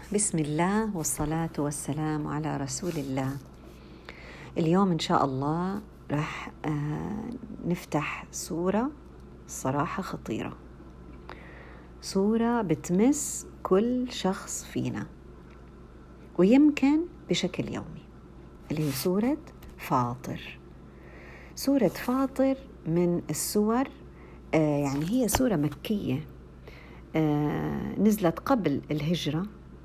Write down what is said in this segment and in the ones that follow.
بسم الله والصلاة والسلام على رسول الله. اليوم إن شاء الله رح نفتح سورة صراحة خطيرة، سورة بتمس كل شخص فينا ويمكن بشكل يومي، اللي هي سورة فاطر. سورة فاطر من السور يعني هي سورة مكية، نزلت قبل الهجرة،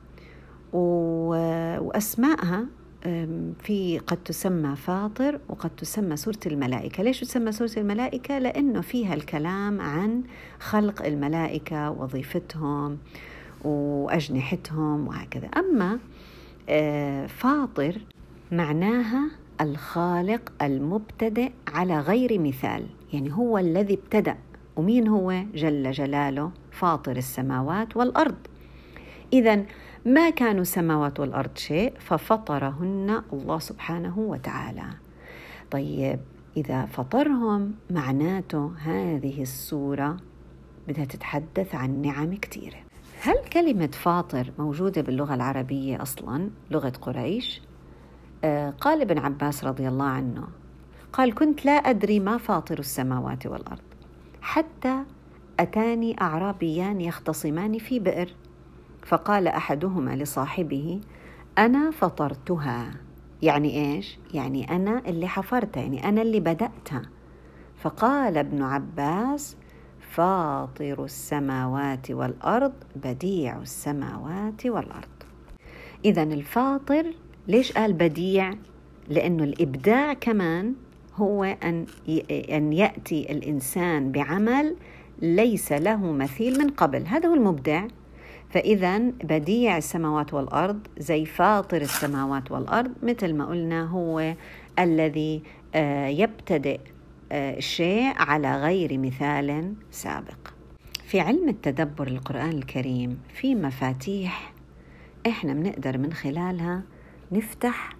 وأسماءها في قد تسمى فاطر وقد تسمى سورة الملائكة. ليش تسمى سورة الملائكة؟ لأنه فيها الكلام عن خلق الملائكة، وظيفتهم وأجنحتهم وهكذا. أما فاطر معناها الخالق المبتدئ على غير مثال، يعني هو الذي ابتدأ. ومين هو؟ جل جلاله فاطر السماوات والأرض. إذن ما كانوا السماوات والأرض شيء ففطرهن الله سبحانه وتعالى. طيب إذا فطرهم معناته هذه السورة بدها تتحدث عن نعم كتيرة. هل كلمة فاطر موجودة باللغة العربية أصلاً؟ لغة قريش؟ قال ابن عباس رضي الله عنه، قال: كنت لا أدري ما فاطر السماوات والأرض حتى أتاني أعرابيان يختصمان في بئر، فقال أحدهما لصاحبه: أنا فطرتها. يعني إيش؟ يعني أنا اللي حفرتها، يعني أنا اللي بدأتها. فقال ابن عباس: فاطر السماوات والأرض بديع السماوات والأرض. إذن الفاطر ليش قال بديع؟ لأنه الإبداع كمان هو أن يأتي الإنسان بعمل ليس له مثيل من قبل، هذا هو المبدع. فإذن بديع السماوات والأرض زي فاطر السماوات والأرض، مثل ما قلنا هو الذي يبتدئ شيء على غير مثال سابق. في علم التدبر القرآن الكريم في مفاتيح إحنا بنقدر من خلالها نفتح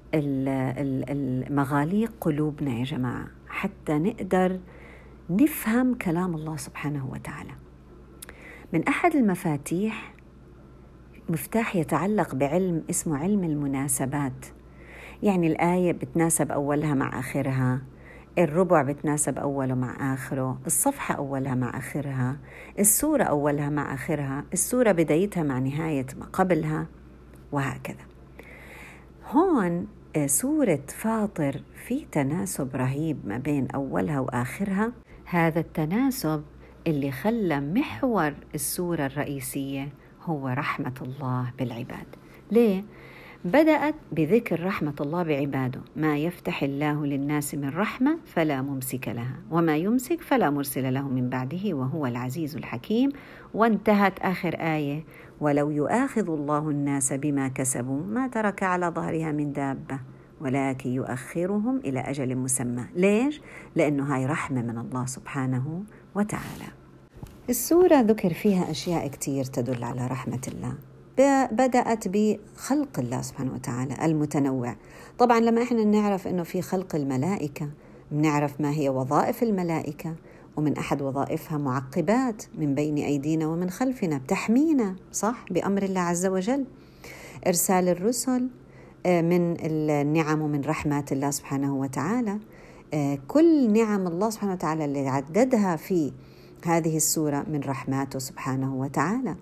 المغاليق قلوبنا يا جماعة، حتى نقدر نفهم كلام الله سبحانه وتعالى. من أحد المفاتيح مفتاح يتعلق بعلم اسمه علم المناسبات، يعني الآية بتناسب أولها مع آخرها، الربع بتناسب أوله مع آخره، الصفحة أولها مع آخرها، السورة أولها مع آخرها، السورة بدايتها مع نهاية ما قبلها، وهكذا. هون سورة فاطر في تناسب رهيب ما بين أولها وآخرها. هذا التناسب اللي خلى محور السورة الرئيسية هو رحمة الله بالعباد. ليه؟ بدأت بذكر رحمة الله بعباده: ما يفتح الله للناس من رحمة فلا ممسك لها وما يمسك فلا مرسل له من بعده وهو العزيز الحكيم. وانتهت آخر آية: ولو يؤاخذ الله الناس بما كسبوا ما ترك على ظهرها من دابة ولكن يؤخرهم إلى أجل مسمى. ليش؟ لأنه هاي رحمة من الله سبحانه وتعالى. السورة ذكر فيها أشياء كتير تدل على رحمة الله. بدأت بخلق الله سبحانه وتعالى المتنوع. طبعا لما احنا نعرف انه في خلق الملائكة، بنعرف ما هي وظائف الملائكة، ومن أحد وظائفها معقبات من بين أيدينا ومن خلفنا بتحمينا، صح، بأمر الله عز وجل. إرسال الرسل من النعم ومن رحمات الله سبحانه وتعالى. كل نعم الله سبحانه وتعالى اللي عددها في هذه السورة من رحماته سبحانه وتعالى.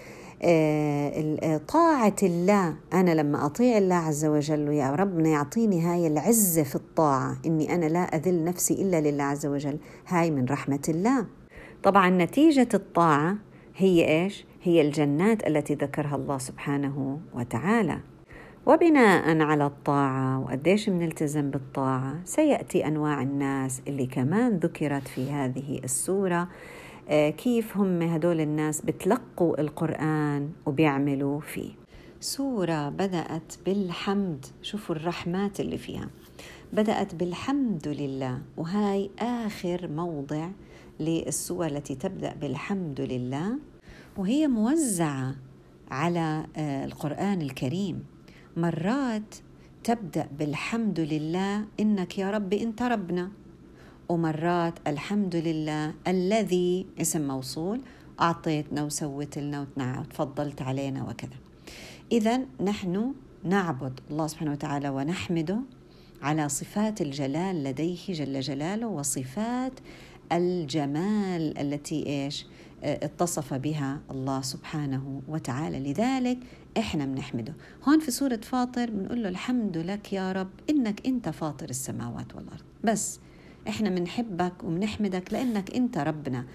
طاعة الله، أنا لما أطيع الله عز وجل يا ربنا يعطيني هاي العزة في الطاعة، إني أنا لا أذل نفسي إلا لله عز وجل، هاي من رحمة الله. طبعا نتيجة الطاعة هي إيش؟ هي الجنات التي ذكرها الله سبحانه وتعالى. وبناء على الطاعة وقديش بنلتزم بالطاعة سيأتي أنواع الناس اللي كمان ذكرت في هذه السورة، كيف هم هدول الناس بتلقوا القرآن وبيعملوا فيه. سورة بدأت بالحمد، شوفوا الرحمات اللي فيها، بدأت بالحمد لله، وهاي آخر موضع للسورة التي تبدأ بالحمد لله، وهي موزعة على القرآن الكريم. مرات تبدأ بالحمد لله إنك يا رب أنت ربنا، ومرات الحمد لله الذي اسم موصول أعطيتنا وسويت لنا وتفضلت علينا وكذا. إذن نحن نعبد الله سبحانه وتعالى ونحمده على صفات الجلال لديه جل جلاله وصفات الجمال التي اتصف بها الله سبحانه وتعالى. لذلك إحنا بنحمده. هون في سورة فاطر بنقول له الحمد لك يا رب إنك أنت فاطر السماوات والأرض. بس إحنا بنحبك وبنحمدك لأنك أنت ربنا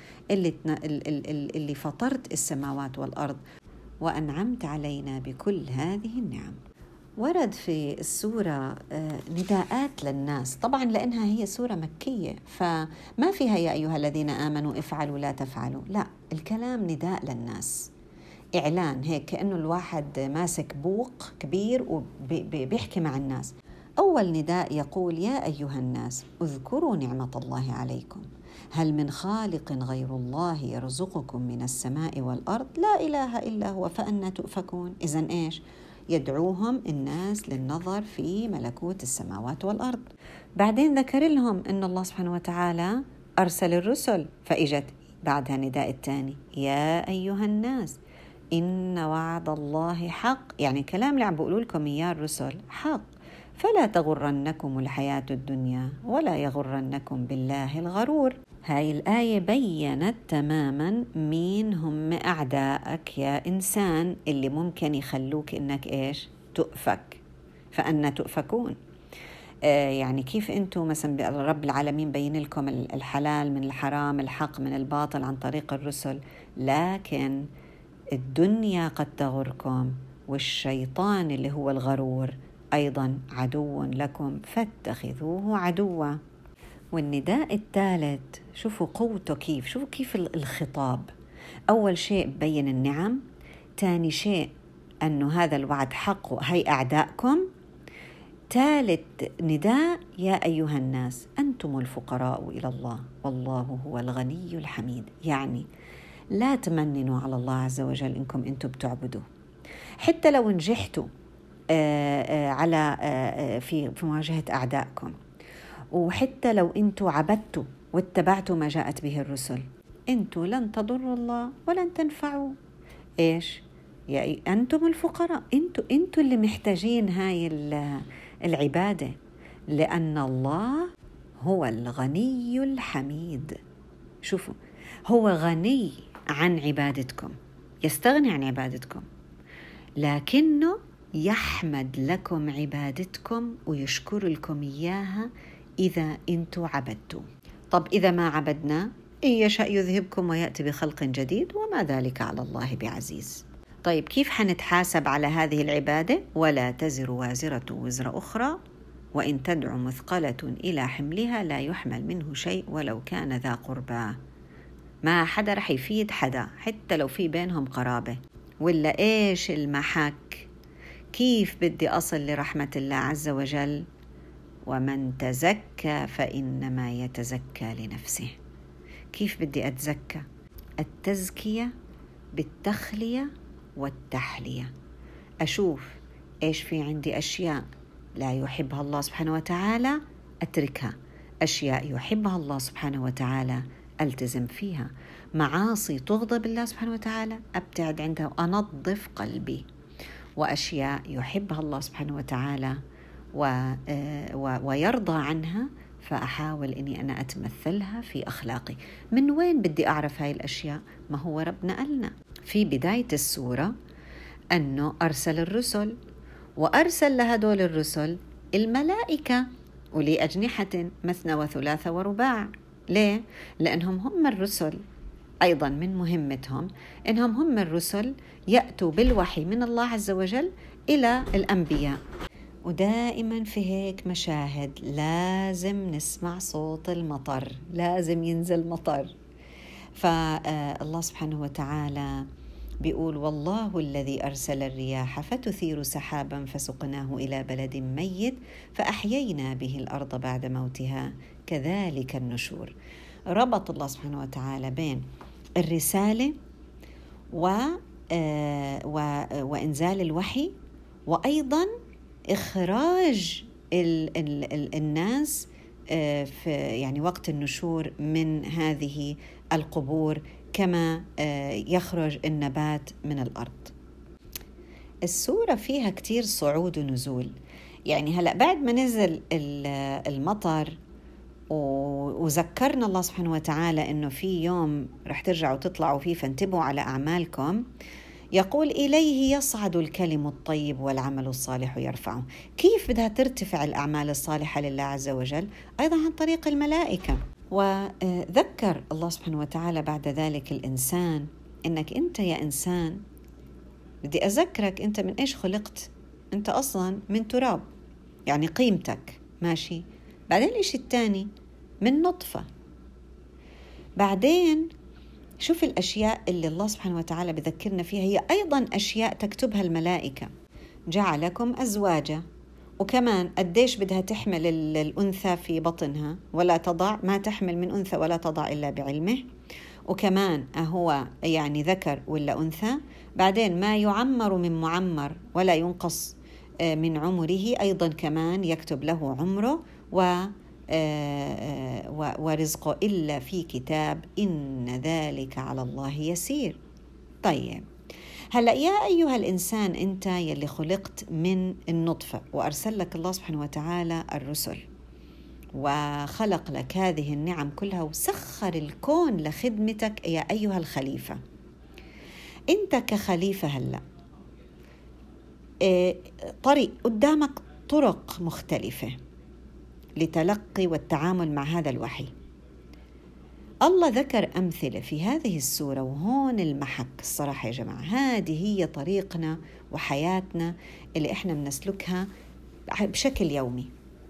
اللي فطرت السماوات والأرض وأنعمت علينا بكل هذه النعم. ورد في السورة نداءات للناس، طبعا لأنها هي سورة مكية فما فيها يا أيها الذين آمنوا افعلوا لا تفعلوا، لا، الكلام نداء للناس، إعلان، هيك كأنه الواحد ماسك بوق كبير وبيحكي مع الناس. أول نداء يقول يا أيها الناس اذكروا نعمة الله عليكم هل من خالق غير الله يرزقكم من السماء والأرض لا إله إلا هو فأنى تؤفكون. إذن يدعوهم الناس للنظر في ملكوت السماوات والأرض. بعدين ذكر لهم أن الله سبحانه وتعالى أرسل الرسل، فإجت بعدها نداء الثاني يا أيها الناس إن وعد الله حق، يعني كلام اللي عم بقولوا لكم إياه الرسل حق، فلا تغرنكم الحياة الدنيا ولا يغرنكم بالله الغرور. هاي الآية بيّنت تماماً مين هم أعدائك يا إنسان اللي ممكن يخلوك إنك تؤفك، فأنا تؤفكون. يعني كيف أنتم مثلا رب العالمين بين لكم الحلال من الحرام، الحق من الباطل عن طريق الرسل، لكن الدنيا قد تغركم والشيطان اللي هو الغرور أيضاً عدو لكم فاتخذوه عدوا. والنداء الثالث شوفوا قوته كيف، شوفوا كيف الخطاب. أول شيء بين النعم، ثاني شيء أنه هذا الوعد حق وهي أعدائكم، ثالث نداء يا أيها الناس أنتم الفقراء إلى الله والله هو الغني الحميد. يعني لا تمننوا على الله عز وجل إنكم أنتم بتعبدوا، حتى لو نجحتوا على في مواجهة أعدائكم، وحتى لو أنتوا عبدتوا واتبعتوا ما جاءت به الرسل، أنتوا لن تضروا الله ولن تنفعوا. يا أنتم الفقراء، أنتوا اللي محتاجين هاي العبادة، لأن الله هو الغني الحميد. شوفوا، هو غني عن عبادتكم، يستغني عن عبادتكم، لكنه يحمد لكم عبادتكم ويشكر لكم إياها إذا أنتوا عبدتوا. طب إذا ما عبدنا، إن يشاء يذهبكم ويأتي بخلق جديد وما ذلك على الله بعزيز. طيب كيف حنتحاسب على هذه العبادة؟ ولا تزر وازرة وزر أخرى وإن تدع مثقلة إلى حملها لا يحمل منه شيء ولو كان ذا قربى. ما حدا رح يفيد حدا حتى لو في بينهم قرابة. ولا المحك؟ كيف بدي أصل لرحمة الله عز وجل؟ ومن تزكى فإنما يتزكى لنفسه. كيف بدي أتزكى؟ التزكية بالتخلية والتحلية. أشوف في عندي أشياء لا يحبها الله سبحانه وتعالى أتركها، أشياء يحبها الله سبحانه وتعالى ألتزم فيها، معاصي تغضب الله سبحانه وتعالى أبتعد عندها وأنظف قلبي، وأشياء يحبها الله سبحانه وتعالى ويرضى عنها فأحاول أني أنا أتمثلها في أخلاقي. من وين بدي أعرف هاي الأشياء؟ ما هو ربنا قالنا في بداية السورة أنه أرسل الرسل، وأرسل لهدول الرسل الملائكة أولي أجنحة مثنى وثلاث ورباع. ليه؟ لأنهم هم الرسل، أيضا من مهمتهم إنهم هم الرسل يأتوا بالوحي من الله عز وجل إلى الأنبياء. ودائما في هيك مشاهد لازم نسمع صوت المطر، لازم ينزل مطر. فالله سبحانه وتعالى بيقول والله الذي أرسل الرياح فتثير سحابا فسقناه إلى بلد ميت فأحيينا به الأرض بعد موتها كذلك النشور. ربط الله سبحانه وتعالى بين الرسالة وإنزال الوحي، وأيضا إخراج الناس في يعني وقت النشور من هذه القبور كما يخرج النبات من الأرض. السورة فيها كتير صعود ونزول. يعني هلأ بعد ما نزل المطر وذكرنا الله سبحانه وتعالى إنه في يوم رح ترجعوا تطلعوا فيه فانتبهوا على أعمالكم، يقول إليه يصعد الكلم الطيب والعمل الصالح يرفعه. كيف بدها ترتفع الأعمال الصالحة لله عز وجل؟ أيضا عن طريق الملائكة. وذكر الله سبحانه وتعالى بعد ذلك الإنسان إنك أنت يا إنسان بدي أذكرك أنت من إيش خلقت. أنت أصلا من تراب، يعني قيمتك ماشي. بعدين الإشي الثاني من نطفة. بعدين شوف الأشياء اللي الله سبحانه وتعالى بذكرنا فيها هي أيضا أشياء تكتبها الملائكة. جعلكم أزواجا، وكمان قديش بدها تحمل الأنثى في بطنها، ولا تضع ما تحمل من أنثى ولا تضع إلا بعلمه. وكمان هو يعني ذكر ولا أنثى. بعدين ما يعمر من معمر ولا ينقص من عمره، أيضا كمان يكتب له عمره ورزقه إلا في كتاب إن ذلك على الله يسير. طيب هلأ يا أيها الإنسان أنت يلي خلقت من النطفة، وأرسل لك الله سبحانه وتعالى الرسل وخلق لك هذه النعم كلها وسخر الكون لخدمتك يا أيها الخليفة. أنت كخليفة هلأ طريق قدامك، طرق مختلفة لتلقي والتعامل مع هذا الوحي. الله ذكر أمثلة في هذه السورة، وهون المحك الصراحة يا جماعة. هذه هي طريقنا وحياتنا اللي إحنا بنسلكها بشكل يومي.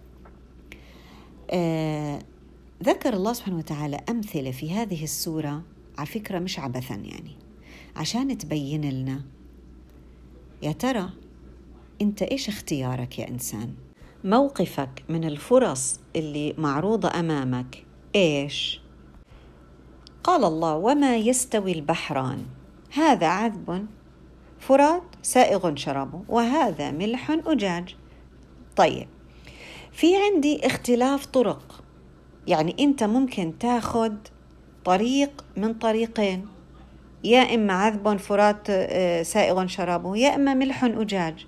ذكر الله سبحانه وتعالى أمثلة في هذه السورة، على فكرة مش عبثا، يعني عشان تبين لنا يا ترى أنت إيش اختيارك يا إنسان. موقفك من الفرص اللي معروضة أمامك إيش؟ قال الله وما يستوي البحران هذا عذب فرات سائغ شرابه وهذا ملح أجاج. طيب في عندي اختلاف طرق، يعني أنت ممكن تاخد طريق من طريقين، يا إما عذب فرات سائغ شرابه يا إما ملح أجاج.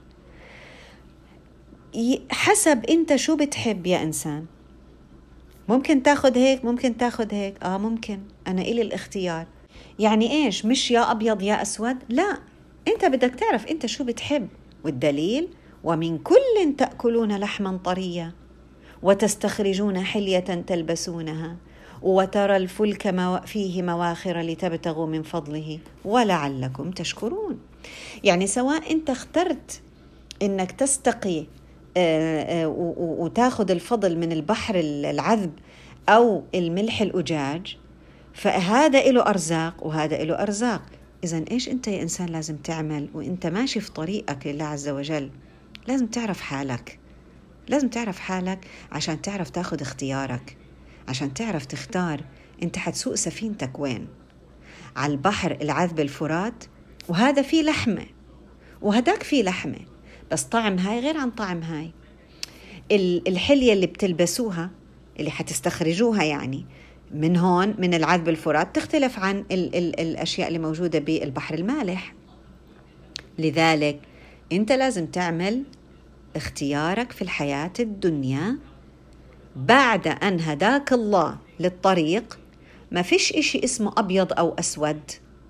حسب أنت شو بتحب يا إنسان. ممكن تاخد هيك ممكن تاخد هيك، ممكن أنا إلي الاختيار. يعني إيش؟ مش يا أبيض يا أسود، لا، أنت بدك تعرف أنت شو بتحب. والدليل ومن كل تأكلون لحما طريا وتستخرجون حلية تلبسونها وترى الفلك فيه مواخر لتبتغوا من فضله ولعلكم تشكرون. يعني سواء أنت اخترت إنك تستقي وتاخذ الفضل من البحر العذب أو الملح الأجاج، فهذا له أرزاق وهذا له أرزاق. إذن إيش أنت يا إنسان لازم تعمل وإنت ماشي في طريقك لله عز وجل؟ لازم تعرف حالك، لازم تعرف حالك عشان تعرف تاخذ اختيارك، عشان تعرف تختار أنت حتسوق سفينتك وين. على البحر العذب الفرات، وهذا فيه لحمة وهداك فيه لحمة، بس طعم هاي غير عن طعم هاي. الحلية اللي بتلبسوها اللي حتستخرجوها يعني من هون من العذب الفرات تختلف عن الأشياء اللي موجودة بالبحر المالح. لذلك أنت لازم تعمل اختيارك في الحياة الدنيا بعد أن هداك الله للطريق. ما فيش إشي اسمه أبيض أو أسود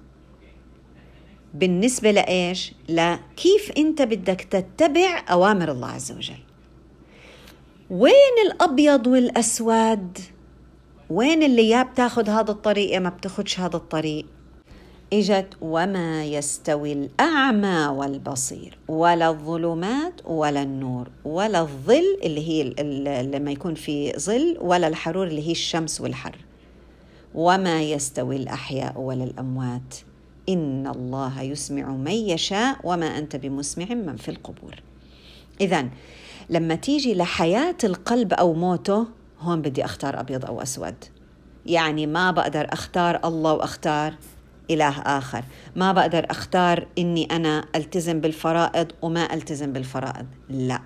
بالنسبة لإيش؟ لكيف أنت بدك تتبع أوامر الله عز وجل. وين الأبيض والأسود؟ وين اللي يا بتاخد هذا الطريق يا ما بتاخدش هذا الطريق؟ إجت وما يستوي الأعمى والبصير ولا الظلمات ولا النور ولا الظل اللي هي لما يكون في ظل ولا الحرور اللي هي الشمس والحر، وما يستوي الأحياء ولا الأموات إن الله يسمع من يشاء وما أنت بمسمع من في القبور. إذن لما تيجي لحياة القلب أو موته، هون بدي أختار أبيض أو أسود. يعني ما بقدر أختار الله وأختار إله آخر، ما بقدر أختار إني أنا ألتزم بالفرائض وما ألتزم بالفرائض، لا.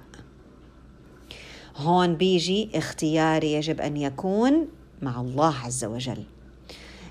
هون بيجي اختياري يجب أن يكون مع الله عز وجل.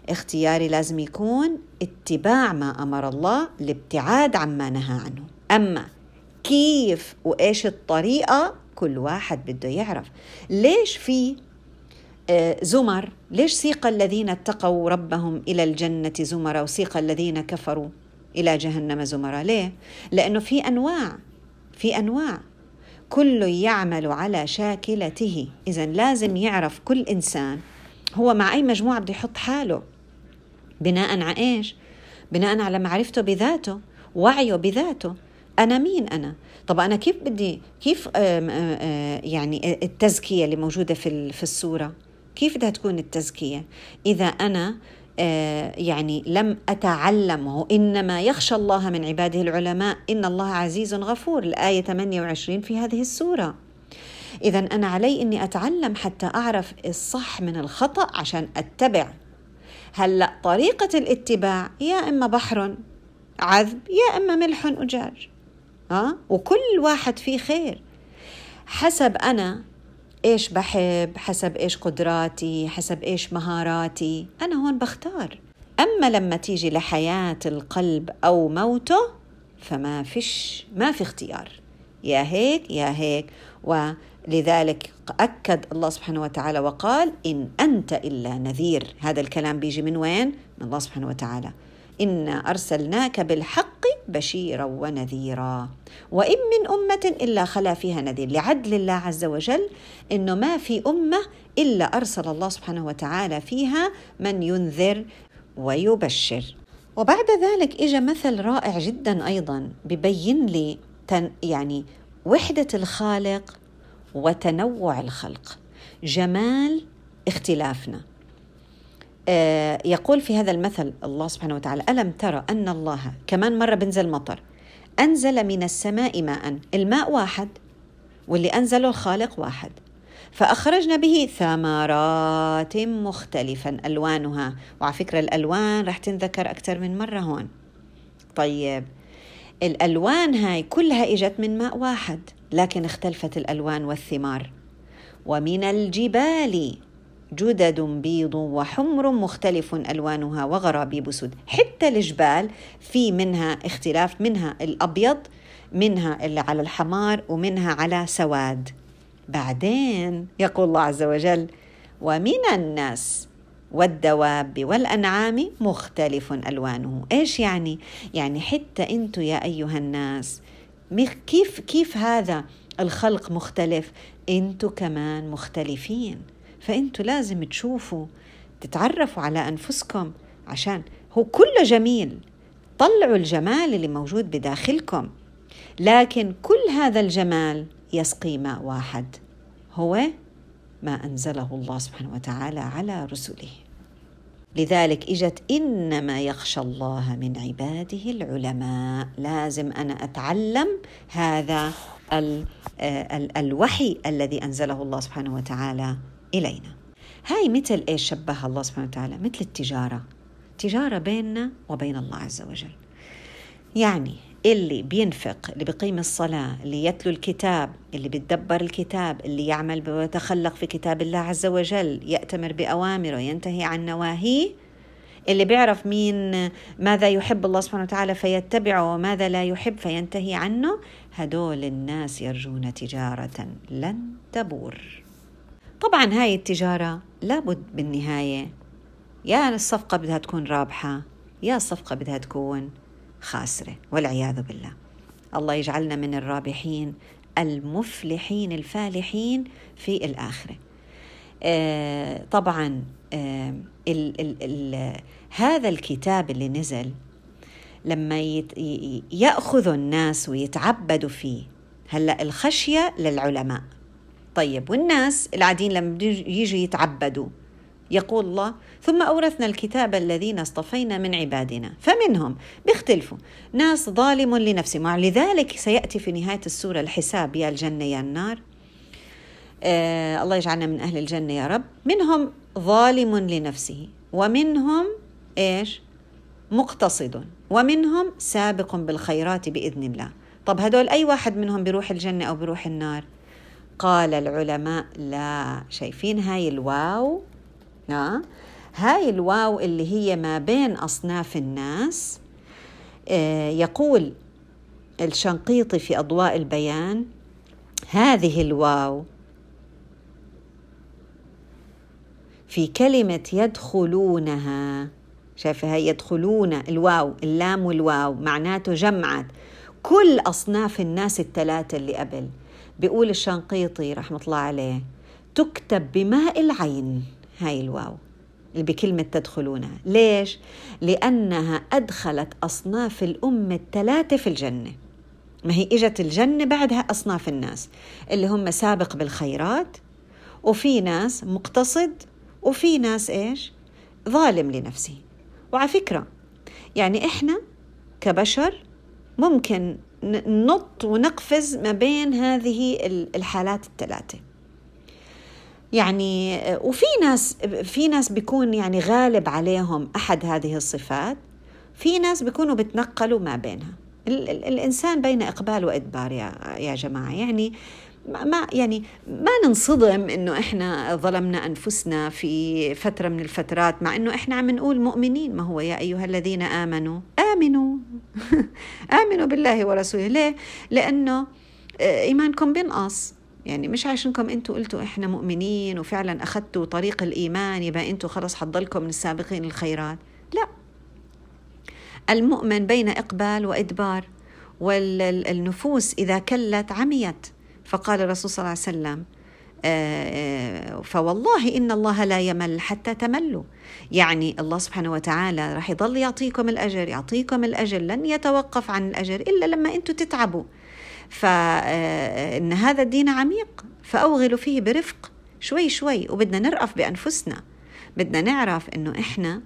اختياري لازم يكون اتباع ما أمر الله، الابتعاد عما نهى عنه. أما كيف وإيش الطريقة كل واحد بده يعرف. ليش في زمر؟ ليش سيق الذين اتقوا ربهم إلى الجنة زمرا وسيق الذين كفروا إلى جهنم زمرا؟ ليه؟ لأنه في أنواع كل يعمل على شاكلته. إذن لازم يعرف كل إنسان هو مع أي مجموعة بده يحط حاله، بناء على إيش؟ بناء على معرفته بذاته، وعيه بذاته. أنا مين أنا؟ طب أنا كيف يعني التزكية اللي موجودة في السورة كيف بدها تكون التزكية إذا أنا يعني لم أتعلمه؟ إنما يخشى الله من عباده العلماء إن الله عزيز غفور، الآية 28 في هذه السورة. إذن أنا علي إني أتعلم حتى أعرف الصح من الخطأ عشان أتبع. هلأ طريقة الاتباع يا إما بحر عذب يا إما ملح أجاج، وكل واحد فيه خير حسب أنا إيش بحب، حسب إيش قدراتي، حسب إيش مهاراتي، أنا هون بختار. أما لما تيجي لحياة القلب أو موته فما في اختيار، يا هيك يا هيك. ولذلك أكد الله سبحانه وتعالى وقال إن أنت إلا نذير. هذا الكلام بيجي من وين؟ من الله سبحانه وتعالى. إنا أرسلناك بالحق بشيرا ونذيرا وإن من أمة إلا خلا فيها نذير. لعدل الله عز وجل إنه ما في أمة إلا أرسل الله سبحانه وتعالى فيها من ينذر ويبشر. وبعد ذلك إجا مثل رائع جدا أيضا ببين لي يعني وحدة الخالق وتنوع الخلق، جمال اختلافنا. يقول في هذا المثل الله سبحانه وتعالى ألم ترى أن الله، كمان مرة بنزل مطر، أنزل من السماء ماء، الماء واحد واللي أنزله الخالق واحد، فأخرجنا به ثمرات مختلفا ألوانها. وعلى فكرة الألوان رح تنذكر أكثر من مرة هون. طيب الألوان هاي كلها إجت من ماء واحد، لكن اختلفت الألوان والثمار. ومن الجبال جدد بيض وحمر مختلف ألوانها وغرابيب سود. حتى الجبال في منها اختلاف، منها الأبيض، منها اللي على الحمار، ومنها على سواد. بعدين يقول الله عز وجل ومن الناس والدواب والأنعام مختلف ألوانه. إيش يعني؟ يعني حتى أنتوا يا أيها الناس كيف هذا الخلق مختلف، أنتوا كمان مختلفين. فأنتوا لازم تشوفوا، تتعرفوا على أنفسكم، عشان هو كله جميل. طلعوا الجمال اللي موجود بداخلكم، لكن كل هذا الجمال يسقي ماء واحد، هو ما أنزله الله سبحانه وتعالى على رسله. لذلك إجت إنما يخشى الله من عباده العلماء. لازم أنا أتعلم هذا الوحي الذي أنزله الله سبحانه وتعالى إلينا. هاي مثل إيش شبهها الله سبحانه وتعالى؟ مثل التجارة بيننا وبين الله عز وجل. يعني اللي بينفق، اللي بيقيم الصلاة، اللي يتلو الكتاب، اللي بيتدبر الكتاب، اللي يعمل ويتخلق في كتاب الله عز وجل، يأتمر بأوامره ينتهي عن نواهيه، اللي بيعرف ماذا يحب الله سبحانه وتعالى فيتبعه وماذا لا يحب فينتهي عنه، هدول الناس يرجون تجارة لن تبور. طبعا هاي التجارة لابد بالنهاية يا الصفقة بدها تكون رابحة يا الصفقة بدها تكون خاسرة، والعياذ بالله. الله يجعلنا من الرابحين المفلحين الفالحين في الآخرة. طبعا هذا الكتاب اللي نزل لما يأخذ الناس ويتعبدوا فيه، هلأ الخشية للعلماء. طيب والناس العاديين لما يجوا يتعبدوا، يقول الله ثم أورثنا الكتاب الذين اصطفينا من عبادنا فمنهم بيختلفوا ناس ظالم لنفسه. لذلك سيأتي في نهاية السورة الحساب، يا الجنة يا النار. الله يجعلنا من أهل الجنة يا رب. منهم ظالم لنفسه ومنهم إيش؟ مقتصد ومنهم سابق بالخيرات بإذن الله. طب هدول أي واحد منهم بيروح الجنة أو بيروح النار؟ قال العلماء لا، شايفين هاي الواو؟ هاي الواو اللي هي ما بين أصناف الناس. يقول الشنقيطي في أضواء البيان: هذه الواو في كلمة يدخلونها، شايفة هاي يدخلون، الواو اللام والواو معناته جمعت كل أصناف الناس الثلاثة اللي قبل. بيقول الشنقيطي رحمة الله عليه: تكتب بماء العين هاي الواو اللي بكلمة تدخلونها. ليش؟ لأنها أدخلت أصناف الأمة الثلاثة في الجنة. ما هي إجت الجنة بعدها أصناف الناس اللي هم سابق بالخيرات، وفي ناس مقتصد، وفي ناس إيش؟ ظالم لنفسه. وعلى فكرة يعني إحنا كبشر ممكن ننط ونقفز ما بين هذه الحالات الثلاثة. يعني في ناس بيكون يعني غالب عليهم أحد هذه الصفات، في ناس بيكونوا بتنقلوا ما بينها. الإنسان بين إقبال وإدبار يا جماعة. يعني ما ننصدم إنه إحنا ظلمنا أنفسنا في فترة من الفترات، مع إنه إحنا عم نقول مؤمنين. ما هو يا أيها الذين آمنوا آمنوا بالله ورسوله. ليه؟ لأنه إيمانكم بينقص. يعني مش عشانكم أنتوا قلتوا إحنا مؤمنين وفعلا أخذتوا طريق الإيمان يبقى أنتوا خلص حضلكم من السابقين الخيرات. لا، المؤمن بين إقبال وإدبار، والنفوس إذا كلت عميت. فقال الرسول صلى الله عليه وسلم: فوالله إن الله لا يمل حتى تملوا. يعني الله سبحانه وتعالى راح يضل يعطيكم الأجر، لن يتوقف عن الأجر إلا لما أنتوا تتعبوا. فإن هذا الدين عميق، فأوغلوا فيه برفق شوي شوي. وبدنا نرأف بأنفسنا، بدنا نعرف إنه إحنا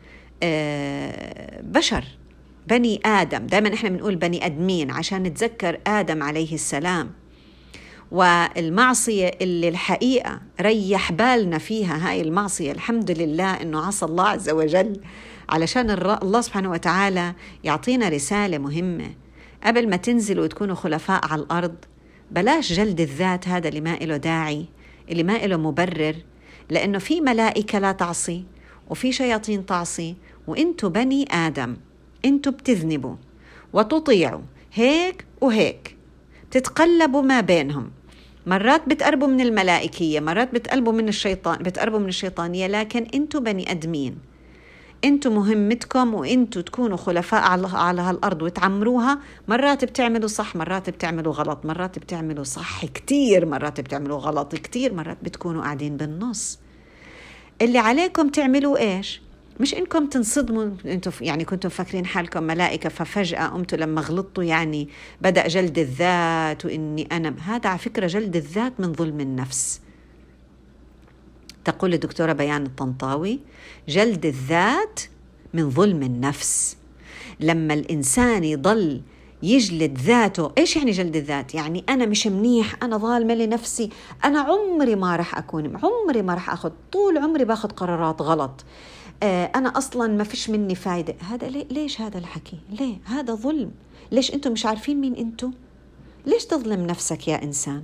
بشر، بني آدم. دائما إحنا بنقول بني أدمين عشان نتذكر آدم عليه السلام، والمعصية اللي الحقيقة ريح بالنا فيها هاي المعصية. الحمد لله إنه عصى الله عز وجل علشان الله سبحانه وتعالى يعطينا رسالة مهمة. قبل ما تنزلوا وتكونوا خلفاء على الأرض، بلاش جلد الذات هذا اللي ما إله داعي، اللي ما إله مبرر. لأنه في ملائكة لا تعصي، وفي شياطين تعصي، وإنتوا بني آدم، إنتوا بتذنبوا وتطيعوا هيك وهيك، تتقلبوا ما بينهم. مرات بتقربوا من الملائكية، مرات بتقربوا من الشيطانية، لكن إنتوا بني أدمين. انتوا مهمتكم وانتوا تكونوا خلفاء على هالأرض وتعمروها. مرات بتعملوا صح، مرات بتعملوا غلط، مرات بتعملوا صح كتير، مرات بتعملوا غلط كتير، مرات بتكونوا قاعدين بالنص. اللي عليكم تعملوا ايش؟ مش انكم تنصدموا. انتوا يعني كنتم فاكرين حالكم ملائكة، ففجأة قمتوا لما غلطتوا يعني بدأ جلد الذات وإني أنا. هذا على فكرة جلد الذات من ظلم النفس. تقول الدكتورة بيان الطنطاوي: جلد الذات من ظلم النفس. لما الإنسان يضل يجلد ذاته. إيش يعني جلد الذات؟ يعني أنا مش منيح، أنا ظالمة لنفسي، أنا عمري ما رح أخذ، طول عمري باخذ قرارات غلط، أنا أصلا ما فيش مني فايدة. هذا ليش هذا الحكي؟ ليه؟ هذا ظلم. ليش أنتم مش عارفين مين أنتم؟ ليش تظلم نفسك يا إنسان؟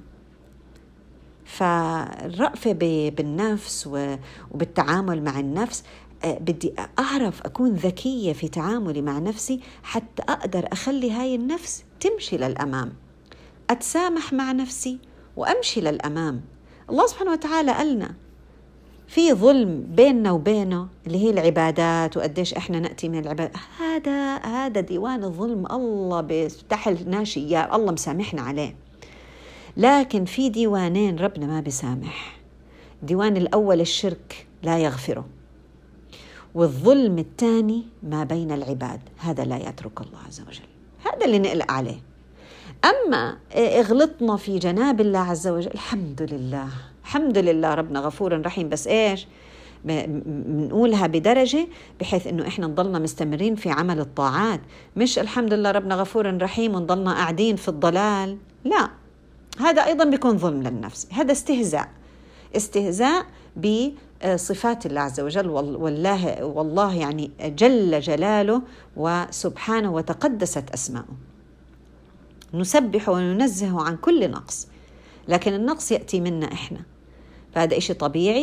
فالرأفة بالنفس وبالتعامل مع النفس، بدي أعرف أكون ذكية في تعاملي مع نفسي حتى أقدر أخلي هاي النفس تمشي للأمام، أتسامح مع نفسي وأمشي للأمام. الله سبحانه وتعالى قالنا في ظلم بيننا وبينه اللي هي العبادات، وقديش إحنا نأتي من العبادات. هذا ديوان الظلم، الله بيفتح ناشي إياه، الله مسامحنا عليه. لكن في ديوانين ربنا ما بيسامح. ديوان الأول الشرك لا يغفره، والظلم الثاني ما بين العباد، هذا لا يترك الله عز وجل، هذا اللي نقلق عليه. أما اغلطنا في جناب الله عز وجل، الحمد لله ربنا غفور رحيم. بس إيش بنقولها بدرجة بحيث إنه إحنا نضلنا مستمرين في عمل الطاعات، مش الحمد لله ربنا غفور رحيم ونضلنا قاعدين في الضلال. لا، هذا أيضا بيكون ظلم للنفس، هذا استهزاء بصفات الله عز وجل. والله يعني جل جلاله وسبحانه وتقدست أسماؤه، نسبح وننزه عن كل نقص، لكن النقص يأتي منا إحنا. فهذا إشي طبيعي،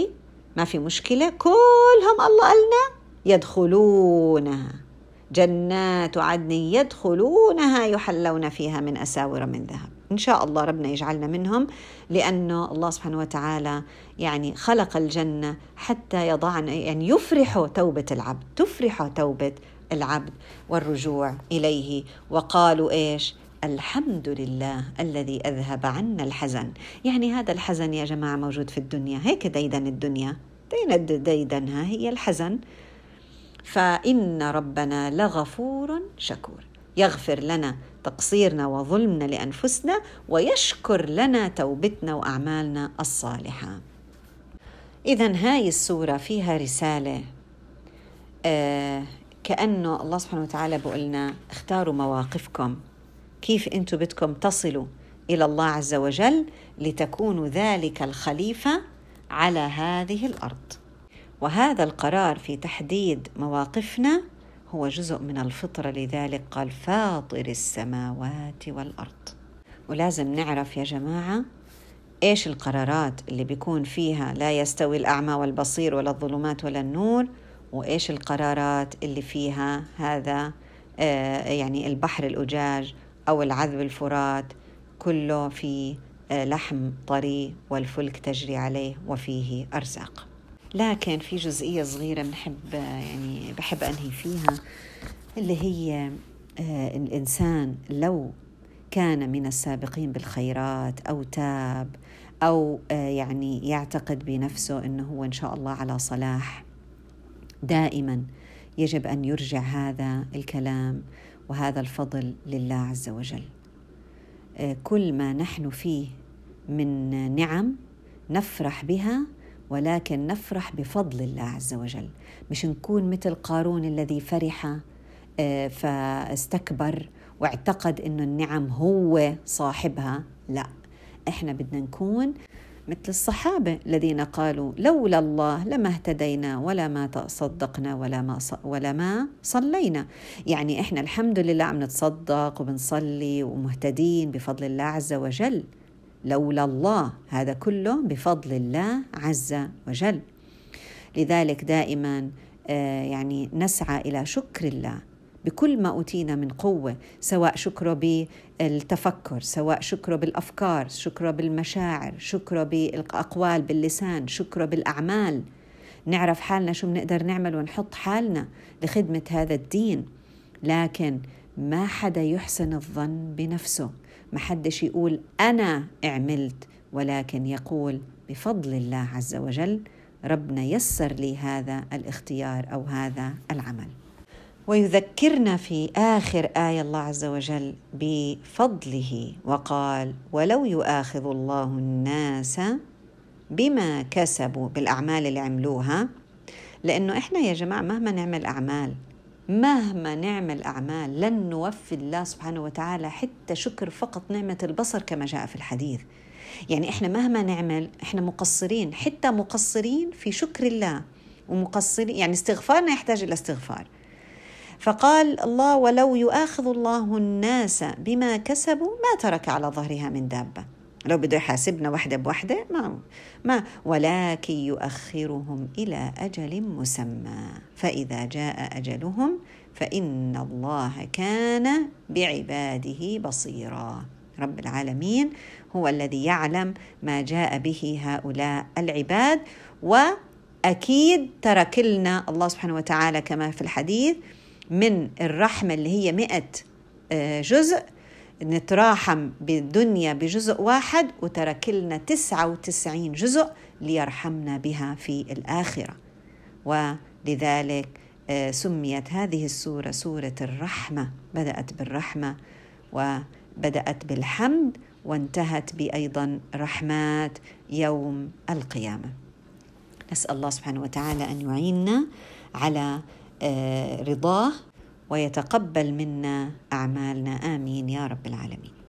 ما في مشكلة، كلهم الله قالنا يدخلونها، جنات عدن يدخلونها يحلون فيها من أساور من ذهب. إن شاء الله ربنا يجعلنا منهم، لأنه الله سبحانه وتعالى يعني خلق الجنة حتى يضعنا، يعني يفرح توبة العبد، تفرح توبة العبد والرجوع إليه. وقالوا إيش؟ الحمد لله الذي أذهب عنا الحزن. يعني هذا الحزن يا جماعة موجود في الدنيا، هيك ديدن الدنيا، ديدنها هي الحزن. فإن ربنا لغفور شكور، يغفر لنا تقصيرنا وظلمنا لأنفسنا، ويشكر لنا توبتنا وأعمالنا الصالحة. إذن هاي السورة فيها رسالة، كأنه الله سبحانه وتعالى بقولنا اختاروا مواقفكم، كيف أنتم بدكم تصلوا إلى الله عز وجل لتكونوا ذلك الخليفة على هذه الأرض. وهذا القرار في تحديد مواقفنا هو جزء من الفطرة، لذلك قال فاطر السماوات والأرض. ولازم نعرف يا جماعة إيش القرارات اللي بيكون فيها لا يستوي الأعمى والبصير ولا الظلمات ولا النور، وإيش القرارات اللي فيها هذا يعني البحر الأجاج أو العذب الفرات كله في لحم طري والفلك تجري عليه وفيه أرزاق. لكن في جزئية صغيرة بحب أنهي فيها، اللي هي الإنسان لو كان من السابقين بالخيرات أو تاب أو يعني يعتقد بنفسه أنه هو إن شاء الله على صلاح، دائما يجب أن يرجع هذا الكلام وهذا الفضل لله عز وجل. كل ما نحن فيه من نعم نفرح بها، ولكن نفرح بفضل الله عز وجل، مش نكون مثل قارون الذي فرح فاستكبر واعتقد إنه النعم هو صاحبها. لا، إحنا بدنا نكون مثل الصحابة الذين قالوا لولا الله لما اهتدينا ولا ما تصدقنا ولا ما صلينا. يعني إحنا الحمد لله عم نتصدق وبنصلي ومهتدين بفضل الله عز وجل، لولا الله هذا كله بفضل الله عز وجل. لذلك دائما يعني نسعى إلى شكر الله بكل ما أوتينا من قوة، سواء شكره بالتفكر، سواء شكره بالأفكار، شكره بالمشاعر، شكره بالأقوال باللسان، شكره بالأعمال. نعرف حالنا شو بنقدر نعمل ونحط حالنا لخدمة هذا الدين. لكن ما حدا يحسن الظن بنفسه، ما حدش يقول أنا عملت، ولكن يقول بفضل الله عز وجل ربنا يسر لي هذا الاختيار أو هذا العمل. ويذكرنا في آخر آية الله عز وجل بفضله، وقال ولو يؤاخذ الله الناس بما كسبوا، بالأعمال اللي عملوها. لأنه إحنا يا جماعة مهما نعمل أعمال لن نوفي الله سبحانه وتعالى حتى شكر فقط نعمة البصر كما جاء في الحديث. يعني إحنا مهما نعمل إحنا مقصرين، حتى مقصرين في شكر الله، ومقصرين يعني استغفارنا يحتاج إلى استغفار. فقال الله ولو يؤاخذ الله الناس بما كسبوا ما ترك على ظهرها من دابة. لو بده يحاسبنا وحدة بوحدة ما ولكن يؤخرهم إلى أجل مسمى، فإذا جاء أجلهم فإن الله كان بعباده بصيرا. رب العالمين هو الذي يعلم ما جاء به هؤلاء العباد. وأكيد ترك لنا الله سبحانه وتعالى كما في الحديث من الرحمة اللي هي 100 جزء، نتراحم بالدنيا بجزء واحد، وترك لنا 99 جزء ليرحمنا بها في الآخرة. ولذلك سميت هذه السورة سورة الرحمة، بدأت بالرحمة وبدأت بالحمد وانتهت بأيضا رحمات يوم القيامة. نسأل الله سبحانه وتعالى أن يعيننا على رضاه ويتقبل منا أعمالنا، آمين يا رب العالمين.